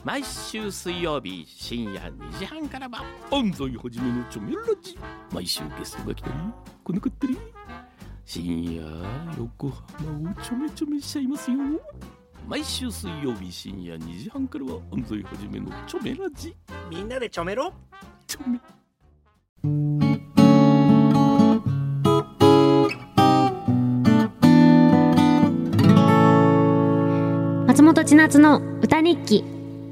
毎週水曜日深夜2時半からは安西はじめのチョメラジ。毎週ゲストが来たり来なかったり、深夜横浜をちょめちょめしちゃいますよ。毎週水曜日深夜2時半からは安西はじめのチョメラジ。 みんなでちょめろ。 チョメ松本千夏の歌日記。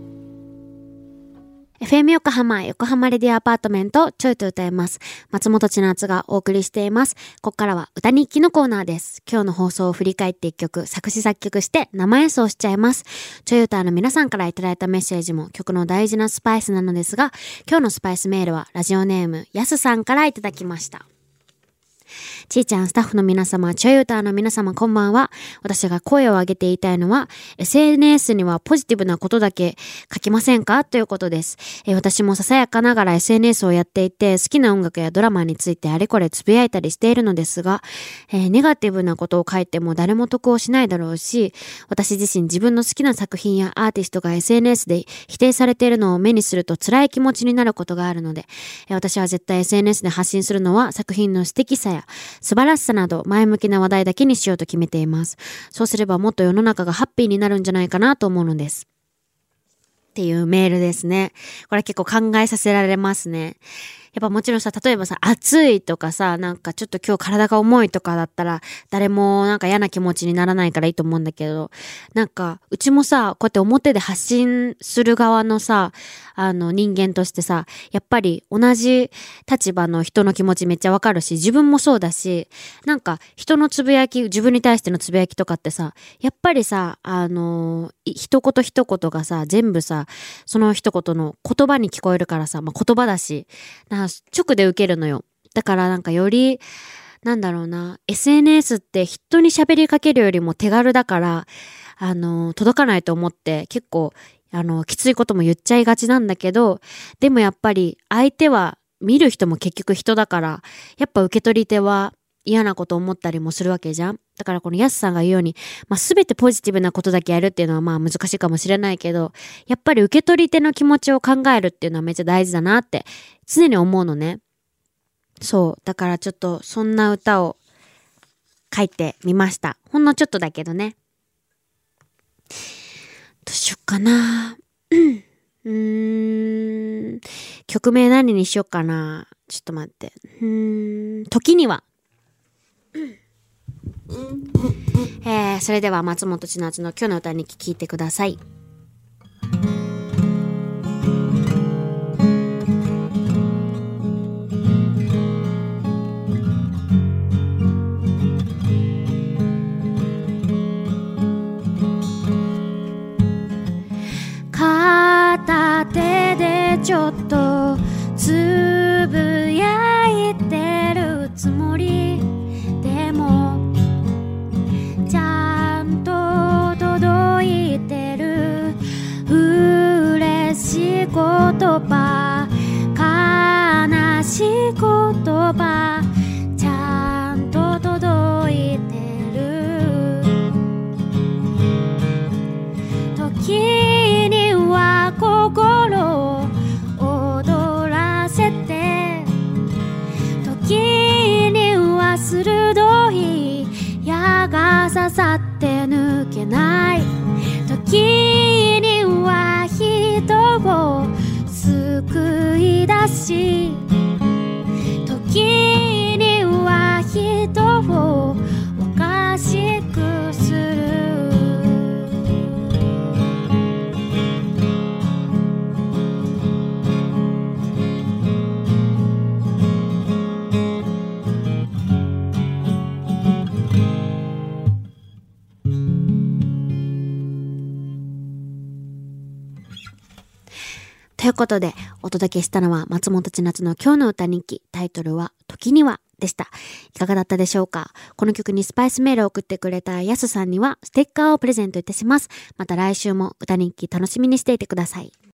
FM 横浜横浜レディオアパートメントちょいと歌います。松本千夏がお送りしています。ここからは歌日記のコーナーです。今日の放送を振り返って一曲作詞作曲して生演奏しちゃいます。ちょい歌の皆さんからいただいたメッセージも曲の大事なスパイスなのですが、今日のスパイスメールはラジオネームやすさんからいただきました。ちーちゃん、スタッフの皆様、ちょい歌の皆様、こんばんは。私が声を上げて言いたいのは、SNS にはポジティブなことだけ書きませんかということです。私もささやかながら SNS をやっていて、好きな音楽やドラマについてあれこれつぶやいたりしているのですが、ネガティブなことを書いても誰も得をしないだろうし、私自身自分の好きな作品やアーティストが SNS で否定されているのを目にすると辛い気持ちになることがあるので、私は絶対 SNS で発信するのは作品の素敵さや素晴らしさなど前向きな話題だけにしようと決めています。そうすればもっと世の中がハッピーになるんじゃないかなと思うのです。っていうメールですね。これ結構考えさせられますね。やっぱもちろんさ、例えばさ、暑いとかさ、なんかちょっと今日体が重いとかだったら、誰もなんか嫌な気持ちにならないからいいと思うんだけど、なんか、うちもさ、こうやって表で発信する側のさ、人間としてさ、やっぱり同じ立場の人の気持ちめっちゃわかるし、自分もそうだし、なんか人のつぶやき、自分に対してのつぶやきとかってさ、やっぱりさ、一言一言がさ、全部さ、その一言の言葉に聞こえるからさ、まあ、言葉だし、直で受けるのよ。だからなんかより、なんだろうな、SNS って人に喋りかけるよりも手軽だから、届かないと思って結構、きついことも言っちゃいがちなんだけど、でもやっぱり相手は見る人も結局人だから、やっぱ受け取り手は嫌なこと思ったりもするわけじゃん。だからこのヤスさんが言うように、まあ、全てポジティブなことだけやるっていうのはまあ難しいかもしれないけど、やっぱり受け取り手の気持ちを考えるっていうのはめっちゃ大事だなって常に思うのね。そう。だからちょっとそんな歌を書いてみました。ほんのちょっとだけどね。どうしよっかな。曲名何にしよっかな。ちょっと待って。時には。それでは松本千夏の今日の歌に聞いてください。片手でちょっとつぶやいてるつもりでもちゃんと届いてる嬉しい言葉悲しい言葉ちゃんと届いてる時には心躍らせて時には鋭い矢が刺さって抜けない時には人を救い出し時には人をおかしくするということでお届けしたのは松本千夏の今日の歌日記、タイトルは時にはでした。いかがだったでしょうか。この曲にスパイスメールを送ってくれたやすさんにはステッカーをプレゼントいたします。また来週も歌日記楽しみにしていてください。